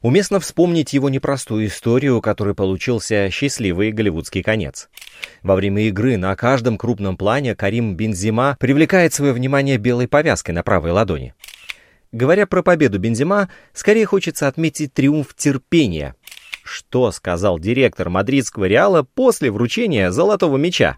Уместно вспомнить его непростую историю, у которой получился счастливый голливудский конец. Во время игры на каждом крупном плане Карим Бензема привлекает свое внимание белой повязкой на правой ладони. Говоря про победу Бензема, скорее хочется отметить триумф терпения. Что сказал директор мадридского Реала после вручения золотого мяча?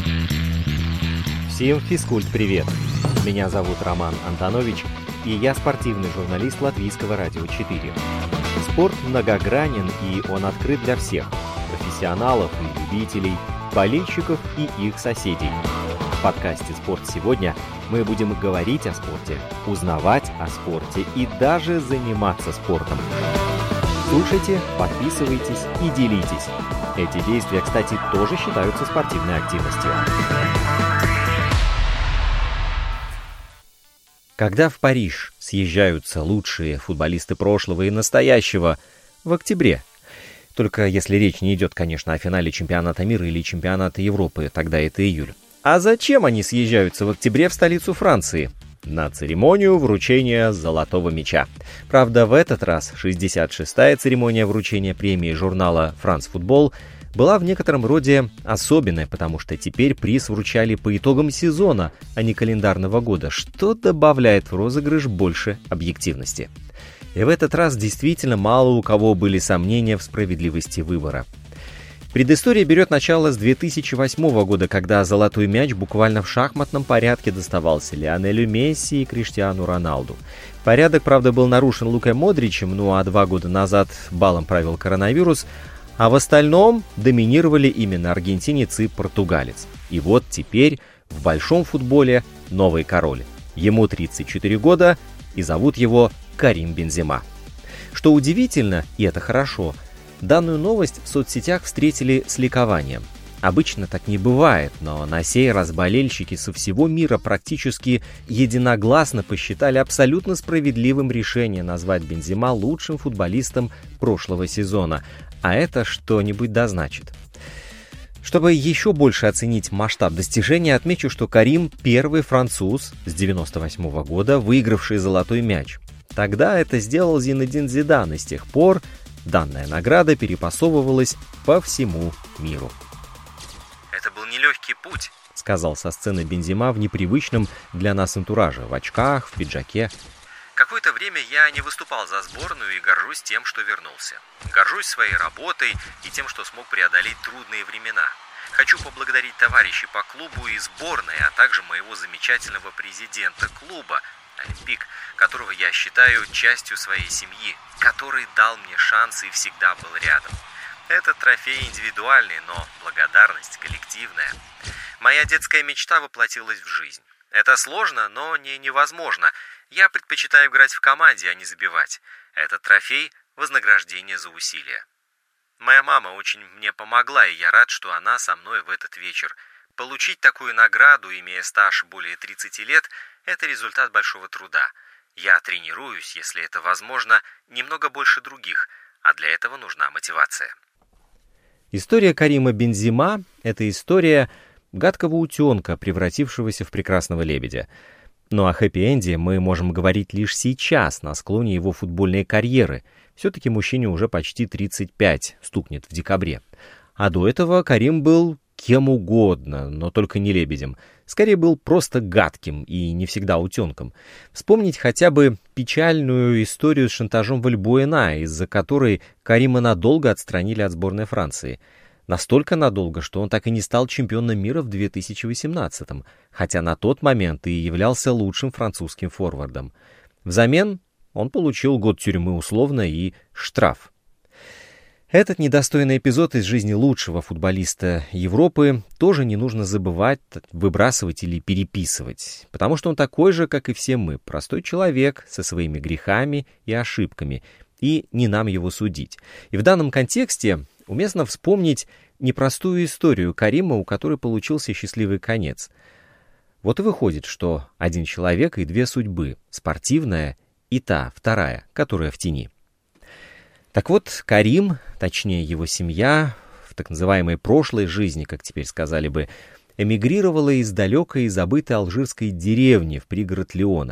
Всем физкульт-привет! Меня зовут Роман Антонович, и я спортивный журналист Латвийского радио 4. Спорт многогранен, и он открыт для всех – профессионалов и любителей, болельщиков и их соседей. В подкасте «Спорт сегодня» мы будем говорить о спорте, узнавать о спорте и даже заниматься спортом. Слушайте, подписывайтесь и делитесь. Эти действия, кстати, тоже считаются спортивной активностью. Когда в Париж съезжаются лучшие футболисты прошлого и настоящего в октябре, только если речь не идет, конечно, о финале чемпионата мира или чемпионата Европы, тогда это июль. А зачем они съезжаются в октябре в столицу Франции? На церемонию вручения золотого мяча. Правда, в этот раз 66-я церемония вручения премии журнала «France Football» была в некотором роде особенная, потому что теперь приз вручали по итогам сезона, а не календарного года, что добавляет в розыгрыш больше объективности. И в этот раз действительно мало у кого были сомнения в справедливости выбора. Предыстория берет начало с 2008 года, когда золотой мяч буквально в шахматном порядке доставался Лионелю Месси и Криштиану Роналду. Порядок, правда, был нарушен Лукой Модричем, а 2 года назад балом правил коронавирус, а в остальном доминировали именно аргентинец и португалец. И вот теперь в большом футболе новый король. Ему 34 года, и зовут его Карим Бензема. Что удивительно, и это хорошо, данную новость в соцсетях встретили с ликованием. Обычно так не бывает, но на сей раз болельщики со всего мира практически единогласно посчитали абсолютно справедливым решение назвать Бензема лучшим футболистом прошлого сезона. А это что-нибудь дозначит. Чтобы еще больше оценить масштаб достижения, отмечу, что Карим – первый француз с 1998 года, выигравший золотой мяч. Тогда это сделал Зинедин Зидан, и с тех пор данная награда перепасовывалась по всему миру. «Это был нелегкий путь», — сказал со сцены Бензема в непривычном для нас антураже, в очках, в пиджаке. «Какое-то время я не выступал за сборную и горжусь тем, что вернулся. Горжусь своей работой и тем, что смог преодолеть трудные времена. Хочу поблагодарить товарищей по клубу и сборной, а также моего замечательного президента клуба, Олимпик, которого я считаю частью своей семьи, который дал мне шанс и всегда был рядом. Этот трофей индивидуальный, но благодарность коллективная. Моя детская мечта воплотилась в жизнь. Это сложно, но не невозможно. Я предпочитаю играть в команде, а не забивать. Этот трофей – вознаграждение за усилия. Моя мама очень мне помогла, и я рад, что она со мной в этот вечер. Получить такую награду, имея стаж более 30 лет – это результат большого труда. Я тренируюсь, если это возможно, немного больше других, а для этого нужна мотивация. История Карима Бензема – это история гадкого утенка, превратившегося в прекрасного лебедя. Ну о хэппи-энде мы можем говорить лишь сейчас, на склоне его футбольной карьеры. Все-таки мужчине уже почти 35, стукнет в декабре. А до этого Карим был кем угодно, но только не лебедем. Скорее был просто гадким и не всегда утенком. Вспомнить хотя бы печальную историю с шантажом Вальбуэна, из-за которой Карима надолго отстранили от сборной Франции. Настолько надолго, что он так и не стал чемпионом мира в 2018-м, хотя на тот момент и являлся лучшим французским форвардом. Взамен он получил год тюрьмы условно и штраф. Этот недостойный эпизод из жизни лучшего футболиста Европы тоже не нужно забывать, выбрасывать или переписывать, потому что он такой же, как и все мы, простой человек со своими грехами и ошибками, и не нам его судить. И в данном контексте уместно вспомнить непростую историю Карима, у которой получился счастливый конец. Вот и выходит, что один человек и две судьбы, спортивная и та, вторая, которая в тени. Так вот, Карим, точнее его семья, в так называемой прошлой жизни, как теперь сказали бы, эмигрировала из далекой и забытой алжирской деревни в пригород Лиона.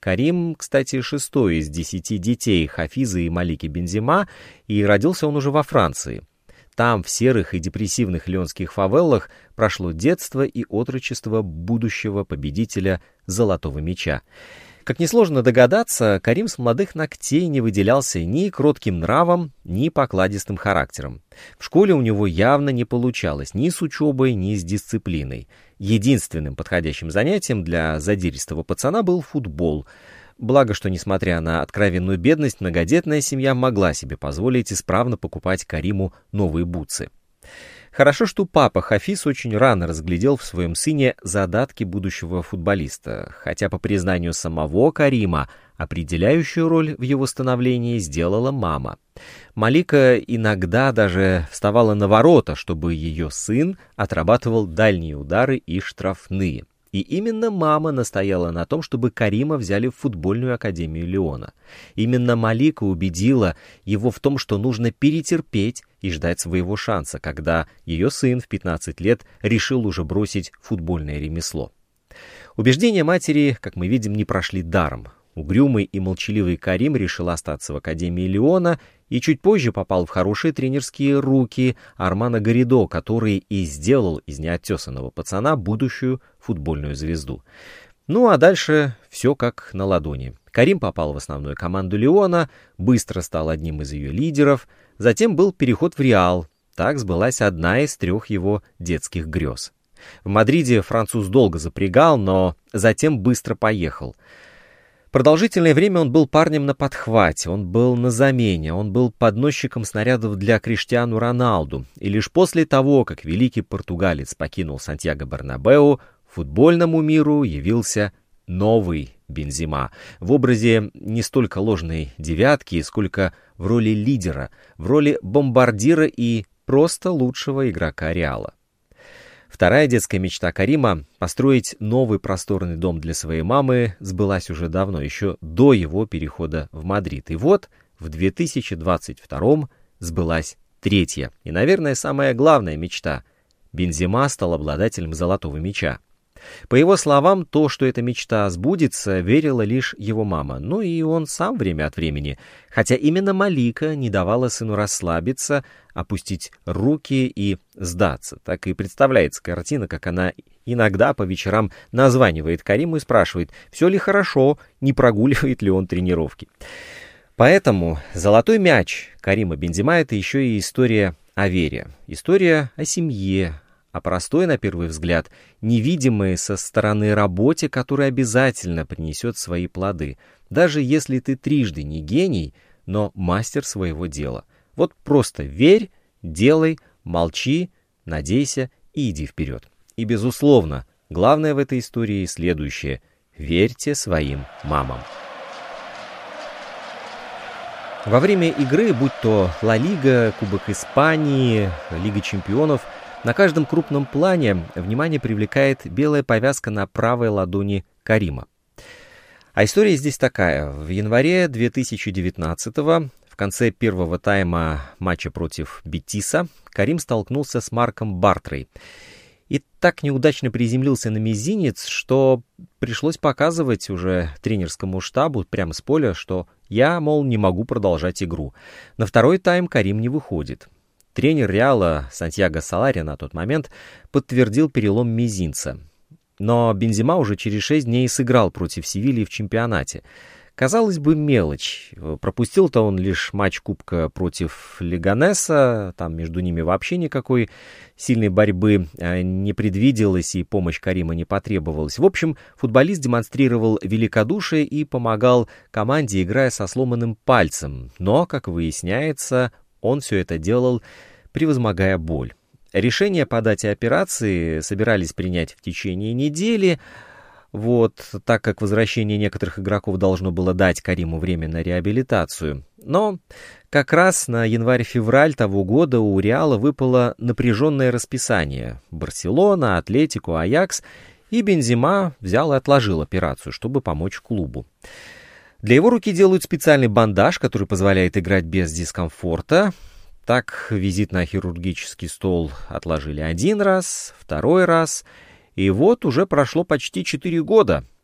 Карим, кстати, 6-й из 10 детей Хафиза и Малики Бензема, и родился он уже во Франции. Там, в серых и депрессивных лионских фавелах, прошло детство и отрочество будущего победителя «Золотого мяча». Как несложно догадаться, Карим с молодых ногтей не выделялся ни кротким нравом, ни покладистым характером. В школе у него явно не получалось ни с учебой, ни с дисциплиной. Единственным подходящим занятием для задиристого пацана был футбол. Благо, что, несмотря на откровенную бедность, многодетная семья могла себе позволить исправно покупать Кариму новые бутсы. Хорошо, что папа Хафиз очень рано разглядел в своем сыне задатки будущего футболиста, хотя, по признанию самого Карима, определяющую роль в его становлении сделала мама. Малика иногда даже вставала на ворота, чтобы ее сын отрабатывал дальние удары и штрафные. И именно мама настояла на том, чтобы Карима взяли в футбольную академию Лиона. Именно Малика убедила его в том, что нужно перетерпеть и ждать своего шанса, когда ее сын в 15 лет решил уже бросить футбольное ремесло. Убеждения матери, как мы видим, не прошли даром. Угрюмый и молчаливый Карим решил остаться в академии Лиона и чуть позже попал в хорошие тренерские руки Армана Гарридо, который и сделал из неоттесанного пацана будущую футбольную звезду. Ну а дальше все как на ладони. Карим попал в основную команду Лиона, быстро стал одним из ее лидеров, затем был переход в Реал. Так сбылась одна из 3 его детских грез. В Мадриде француз долго запрягал, но затем быстро поехал. Продолжительное время он был парнем на подхвате, он был на замене, он был подносчиком снарядов для Криштиану Роналду. И лишь после того, как великий португалец покинул Сантьяго-Бернабеу, футбольному миру явился новый Бензема в образе не столько ложной девятки, сколько в роли лидера, в роли бомбардира и просто лучшего игрока Реала. Вторая детская мечта Карима — построить новый просторный дом для своей мамы — сбылась уже давно, еще до его перехода в Мадрид. И вот в 2022-м сбылась третья и, наверное, самая главная мечта. Бензема стал обладателем «Золотого мяча». По его словам, то, что эта мечта сбудется, верила лишь его мама, ну и он сам время от времени, хотя именно Малика не давала сыну расслабиться, опустить руки и сдаться. Так и представляется картина, как она иногда по вечерам названивает Кариму и спрашивает, все ли хорошо, не прогуливает ли он тренировки. Поэтому «Золотой мяч» Карима Бензема — это еще и история о вере, история о семье, а простой, на первый взгляд, невидимой со стороны работе, которая обязательно принесет свои плоды, даже если ты трижды не гений, но мастер своего дела. Вот просто верь, делай, молчи, надейся и иди вперед. И, безусловно, главное в этой истории следующее – верьте своим мамам. Во время игры, будь то Ла Лига, Кубок Испании, Лига чемпионов, на каждом крупном плане внимание привлекает белая повязка на правой ладони Карима. А история здесь такая. В январе 2019-го, в конце первого тайма матча против Бетиса, Карим столкнулся с Марком Бартрой. И так неудачно приземлился на мизинец, что пришлось показывать уже тренерскому штабу прямо с поля, что я, мол, не могу продолжать игру. На второй тайм Карим не выходит. Тренер Реала Сантьяго Солари на тот момент подтвердил перелом мизинца. Но Бензема уже через 6 дней сыграл против Севильи в чемпионате. Казалось бы, мелочь. Пропустил-то он лишь матч Кубка против Леганеса, там между ними вообще никакой сильной борьбы не предвиделось и помощь Карима не потребовалась. В общем, футболист демонстрировал великодушие и помогал команде, играя со сломанным пальцем. Но, как выясняется, он все это делал, превозмогая боль. Решение по дате операции собирались принять в течение недели, так как возвращение некоторых игроков должно было дать Кариму время на реабилитацию. Но как раз на январь-февраль того года у Реала выпало напряженное расписание. Барселона, Атлетико, Аякс, и Бензема взял и отложил операцию, чтобы помочь клубу. Для его руки делают специальный бандаж, который позволяет играть без дискомфорта. Так, визит на хирургический стол отложили 1 раз, 2 раз. И вот уже прошло почти 4 года,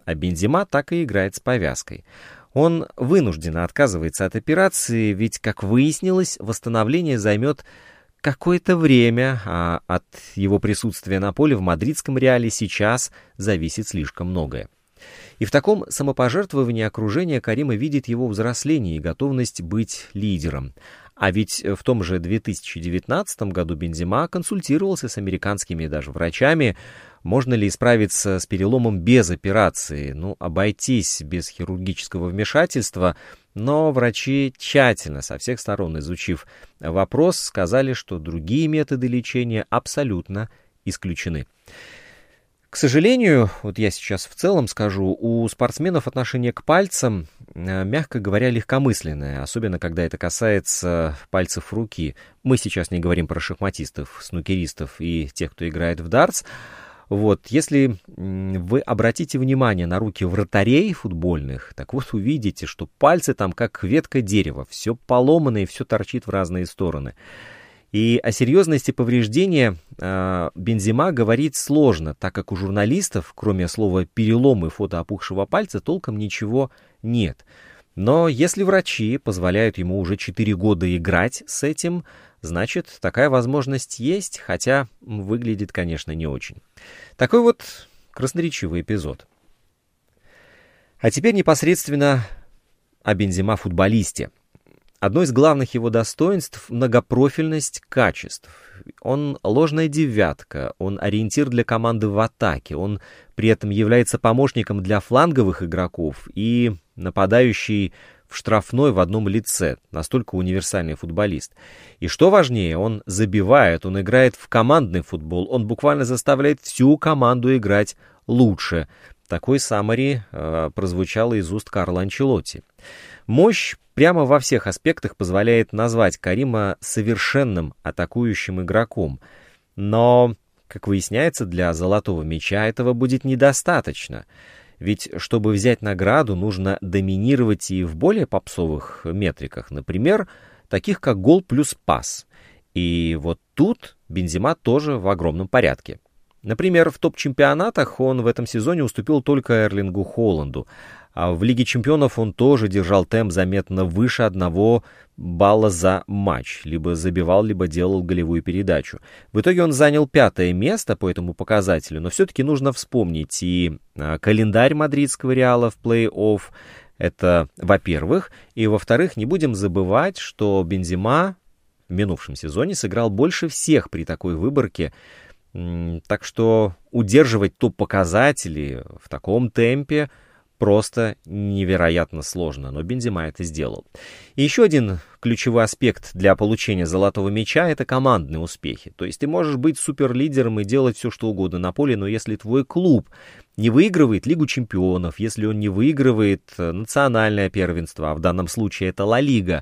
а Бензема так и играет с повязкой. Он вынужденно отказывается от операции, ведь, как выяснилось, восстановление займет какое-то время, а от его присутствия на поле в мадридском Реале сейчас зависит слишком многое. И в таком самопожертвовании окружения Карима видит его взросление и готовность быть лидером. А ведь в том же 2019 году Бензема консультировался с американскими даже врачами, можно ли справиться с переломом без операции, обойтись без хирургического вмешательства, но врачи, тщательно со всех сторон изучив вопрос, сказали, что другие методы лечения абсолютно исключены. К сожалению, я сейчас в целом скажу, у спортсменов отношение к пальцам, мягко говоря, легкомысленное, особенно когда это касается пальцев руки. Мы сейчас не говорим про шахматистов, снукеристов и тех, кто играет в дартс. Если вы обратите внимание на руки вратарей футбольных, так увидите, что пальцы там как ветка дерева, все поломано и все торчит в разные стороны. И о серьезности повреждения Бензема говорить сложно, так как у журналистов, кроме слова «перелом» и фото опухшего пальца, толком ничего нет. Но если врачи позволяют ему уже 4 года играть с этим, значит, такая возможность есть, хотя выглядит, конечно, не очень. Такой красноречивый эпизод. А теперь непосредственно о Бензема-футболисте. Одно из главных его достоинств – многопрофильность качеств. Он ложная девятка, он ориентир для команды в атаке, он при этом является помощником для фланговых игроков и нападающий в штрафной в одном лице. Настолько универсальный футболист. И что важнее, он забивает, он играет в командный футбол, он буквально заставляет всю команду играть лучше. Такой саммари прозвучало из уст Карло Анчелотти. Мощь прямо во всех аспектах позволяет назвать Карима совершенным атакующим игроком. Но, как выясняется, для золотого мяча этого будет недостаточно. Ведь, чтобы взять награду, нужно доминировать и в более попсовых метриках, например, таких как гол плюс пас. И тут Бензема тоже в огромном порядке. Например, в топ-чемпионатах он в этом сезоне уступил только Эрлингу Холланду, а в Лиге чемпионов он тоже держал темп заметно выше 1 балла за матч, либо забивал, либо делал голевую передачу. В итоге он занял 5-е место по этому показателю, но все-таки нужно вспомнить и календарь мадридского Реала в плей-офф, это во-первых, и во-вторых, не будем забывать, что Бензема в минувшем сезоне сыграл больше всех при такой выборке. Так что удерживать топ-показатели в таком темпе просто невероятно сложно, но Бензема это сделал. И еще один ключевой аспект для получения золотого мяча – это командные успехи. То есть ты можешь быть суперлидером и делать все, что угодно на поле, но если твой клуб не выигрывает Лигу чемпионов, если он не выигрывает национальное первенство, а в данном случае это Ла Лига,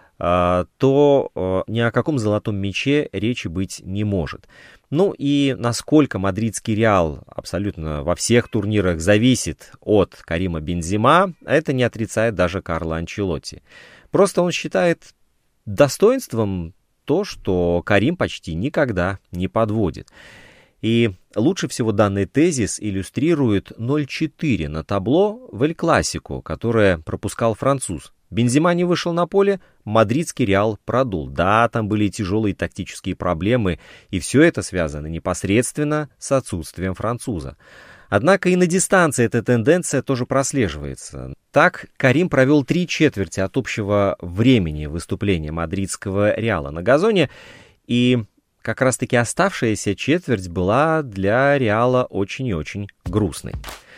то ни о каком золотом мяче речи быть не может. И насколько мадридский Реал абсолютно во всех турнирах зависит от Карима Бензема, это не отрицает даже Карло Анчелотти. Просто он считает достоинством то, что Карим почти никогда не подводит. И лучше всего данный тезис иллюстрирует 0-4 на табло в Эль Классико, которое пропускал француз. Бензема не вышел на поле, мадридский Реал продул. Да, там были тяжелые тактические проблемы, и все это связано непосредственно с отсутствием француза. Однако и на дистанции эта тенденция тоже прослеживается. Так, Карим провел 3/4 от общего времени выступления мадридского Реала на газоне, и как раз-таки оставшаяся четверть была для Реала очень и очень грустной.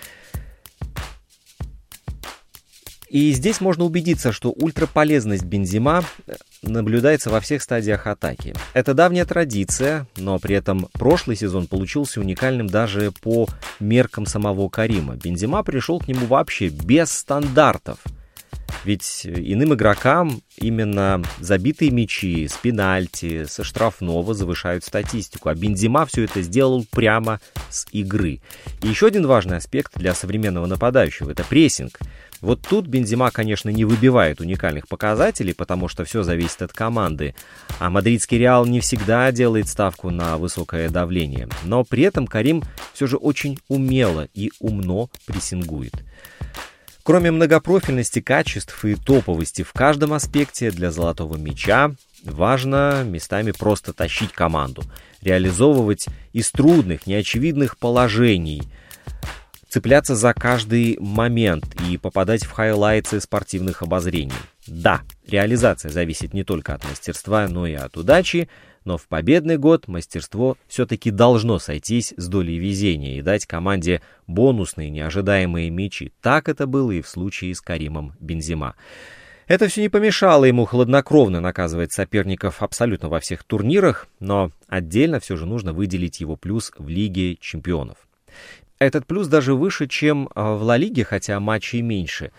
И здесь можно убедиться, что ультраполезность Бензема наблюдается во всех стадиях атаки. Это давняя традиция, но при этом прошлый сезон получился уникальным даже по меркам самого Карима. Бензема пришел к нему вообще без стандартов. Ведь иным игрокам именно забитые мячи с пенальти, со штрафного завышают статистику, а Бензема все это сделал прямо с игры. И еще один важный аспект для современного нападающего – это прессинг. Вот тут Бензема, конечно, не выбивает уникальных показателей, потому что все зависит от команды. А мадридский Реал не всегда делает ставку на высокое давление. Но при этом Карим все же очень умело и умно прессингует. Кроме многопрофильности, качеств и топовости в каждом аспекте, для золотого мяча важно местами просто тащить команду, реализовывать из трудных, неочевидных положений, цепляться за каждый момент и попадать в хайлайтсы спортивных обозрений. Да, реализация зависит не только от мастерства, но и от удачи, но в победный год мастерство все-таки должно сойтись с долей везения и дать команде бонусные неожидаемые мячи. Так это было и в случае с Каримом Бензема. Это все не помешало ему хладнокровно наказывать соперников абсолютно во всех турнирах, но отдельно все же нужно выделить его плюс в Лиге чемпионов. Этот плюс даже выше, чем в Ла Лиге, хотя матчей меньше.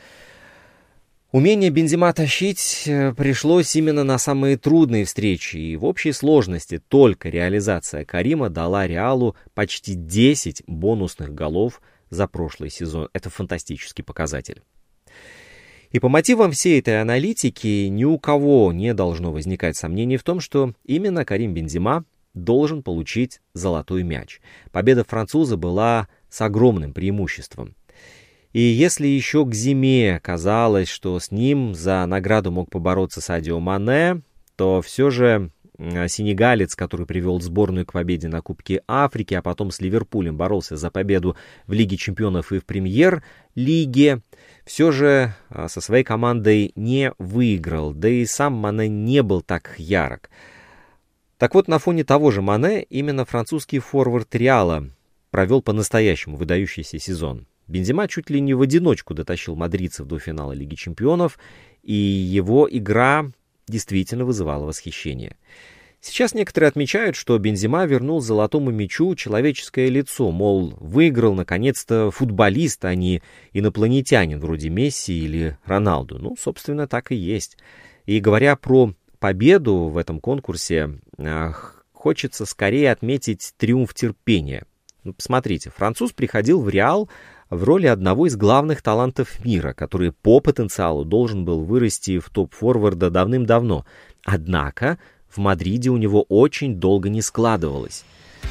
Умение Бензема тащить пришлось именно на самые трудные встречи, и в общей сложности только реализация Карима дала Реалу почти 10 бонусных голов за прошлый сезон. Это фантастический показатель. И по мотивам всей этой аналитики ни у кого не должно возникать сомнений в том, что именно Карим Бензема должен получить золотой мяч. Победа француза была с огромным преимуществом. И если еще к зиме казалось, что с ним за награду мог побороться Садио Мане, то все же сенегалец, который привел сборную к победе на Кубке Африки, а потом с Ливерпулем боролся за победу в Лиге чемпионов и в Премьер-лиге, все же со своей командой не выиграл, да и сам Мане не был так ярок. Так вот, на фоне того же Мане именно французский форвард Реала провел по-настоящему выдающийся сезон. Бензема чуть ли не в одиночку дотащил мадридцев до финала Лиги чемпионов, и его игра действительно вызывала восхищение. Сейчас некоторые отмечают, что Бензема вернул золотому мячу человеческое лицо, мол, выиграл наконец-то футболист, а не инопланетянин вроде Месси или Роналду. Ну, собственно, так и есть. И говоря про победу в этом конкурсе, хочется скорее отметить триумф терпения. Ну, посмотрите, француз приходил в Реал в роли одного из главных талантов мира, который по потенциалу должен был вырасти в топ-форварда давным-давно. Однако в Мадриде у него очень долго не складывалось.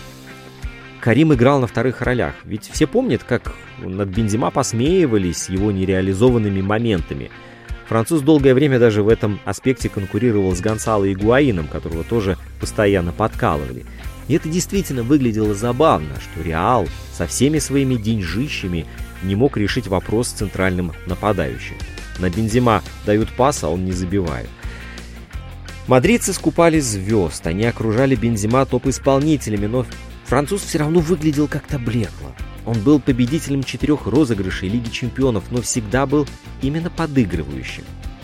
Карим играл на вторых ролях, ведь все помнят, как над Бензема посмеивались его нереализованными моментами. Француз долгое время даже в этом аспекте конкурировал с Гонсало Игуаином, которого тоже постоянно подкалывали. И это действительно выглядело забавно, что Реал со всеми своими деньжищами не мог решить вопрос с центральным нападающим. На Бензема дают пас, а он не забивает. Мадридцы скупали звезд, они окружали Бензема топ-исполнителями, но француз все равно выглядел как-то блекло. Он был победителем 4 розыгрышей Лиги чемпионов, но всегда был именно подыгрывающим.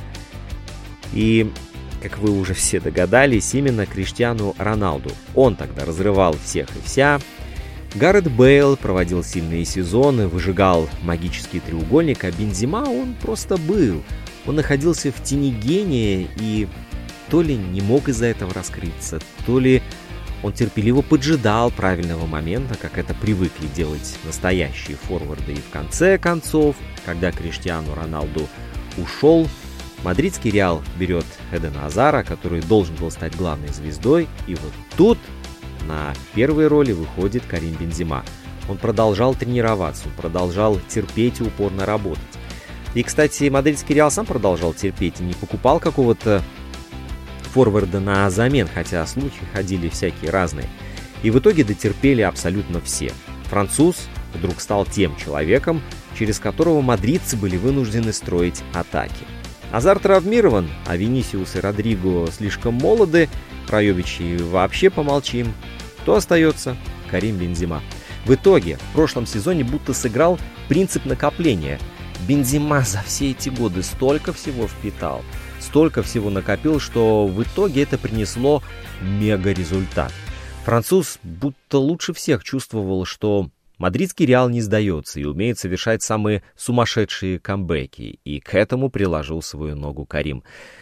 И, как вы уже все догадались, именно Криштиану Роналду. Он тогда разрывал всех и вся. Гарет Бейл проводил сильные сезоны, выжигал магический треугольник, а Бензема он просто был. Он находился в тени гения и то ли не мог из-за этого раскрыться, то ли он терпеливо поджидал правильного момента, как это привыкли делать настоящие форварды. И в конце концов, когда Криштиану Роналду ушел, мадридский Реал берет Эдена Азара, который должен был стать главной звездой, и вот тут на первой роли выходит Карим Бензема. Он продолжал тренироваться, он продолжал терпеть и упорно работать. И, кстати, мадридский Реал сам продолжал терпеть и не покупал какого-то форварда на замен, хотя слухи ходили всякие разные. И в итоге дотерпели абсолютно все. Француз вдруг стал тем человеком, через которого мадридцы были вынуждены строить атаки. Азар травмирован, а Винисиус и Родриго слишком молоды, про Йовича вообще помолчим. Кто остается? Карим Бензема. В итоге в прошлом сезоне будто сыграл принцип накопления. Бензема за все эти годы столько всего впитал, столько всего накопил, что в итоге это принесло мега-результат. Француз будто лучше всех чувствовал, что мадридский Реал не сдается и умеет совершать самые сумасшедшие камбэки, и к этому приложил свою ногу Карим.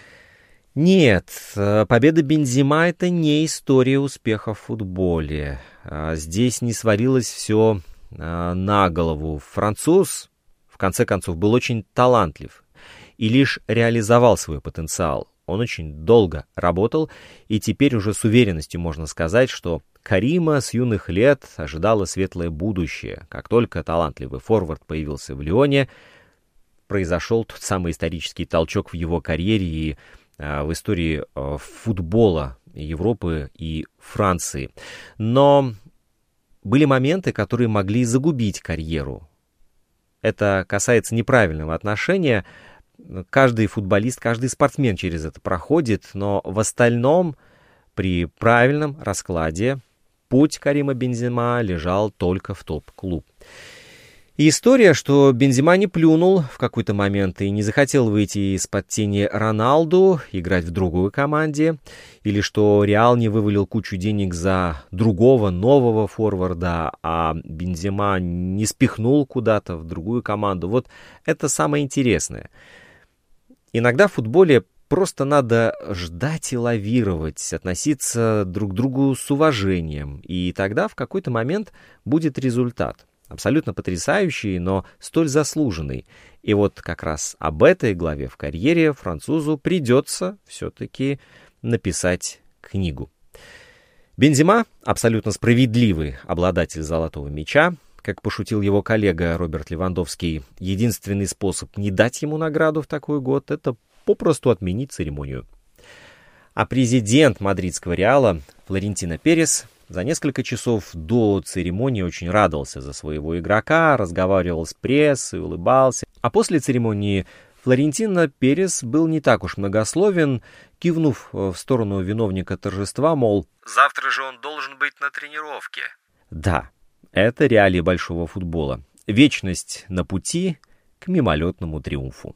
Нет, победа Бензема — это не история успеха в футболе. Здесь не свалилось все на голову. Француз, в конце концов, был очень талантлив и лишь реализовал свой потенциал. Он очень долго работал, и теперь уже с уверенностью можно сказать, что Карима с юных лет ожидало светлое будущее. Как только талантливый форвард появился в Лионе, произошел тот самый исторический толчок в его карьере и в истории футбола Европы и Франции. Но были моменты, которые могли загубить карьеру. Это касается неправильного отношения. Каждый футболист, каждый спортсмен через это проходит, но в остальном при правильном раскладе путь Карима Бензема лежал только в топ-клуб. И история, что Бензема не плюнул в какой-то момент и не захотел выйти из-под тени Роналду, играть в другой команде, или что Реал не вывалил кучу денег за другого, нового форварда, а Бензема не спихнул куда-то в другую команду. Вот это самое интересное. Иногда в футболе просто надо ждать и лавировать, относиться друг к другу с уважением, и тогда в какой-то момент будет результат. Абсолютно потрясающий, но столь заслуженный. И вот как раз об этой главе в карьере французу придется все-таки написать книгу. Бензема — абсолютно справедливый обладатель золотого мяча. Как пошутил его коллега Роберт Левандовский, единственный способ не дать ему награду в такой год — это попросту отменить церемонию. А президент мадридского Реала Флорентино Перес за несколько часов до церемонии очень радовался за своего игрока, разговаривал с прессой, улыбался. А после церемонии Флорентино Перес был не так уж многословен, кивнув в сторону виновника торжества, мол, «Завтра же он должен быть на тренировке». Да, это реалии большого футбола. Вечность на пути к мимолетному триумфу.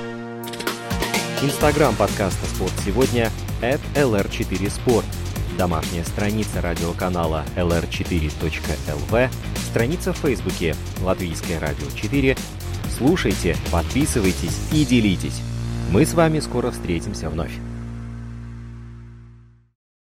Инстаграм подкаста «Спорт сегодня» @LR4Sport. Домашняя страница радиоканала lr4.lv, страница в Фейсбуке «Латвийское радио 4». Слушайте, подписывайтесь и делитесь. Мы с вами скоро встретимся вновь.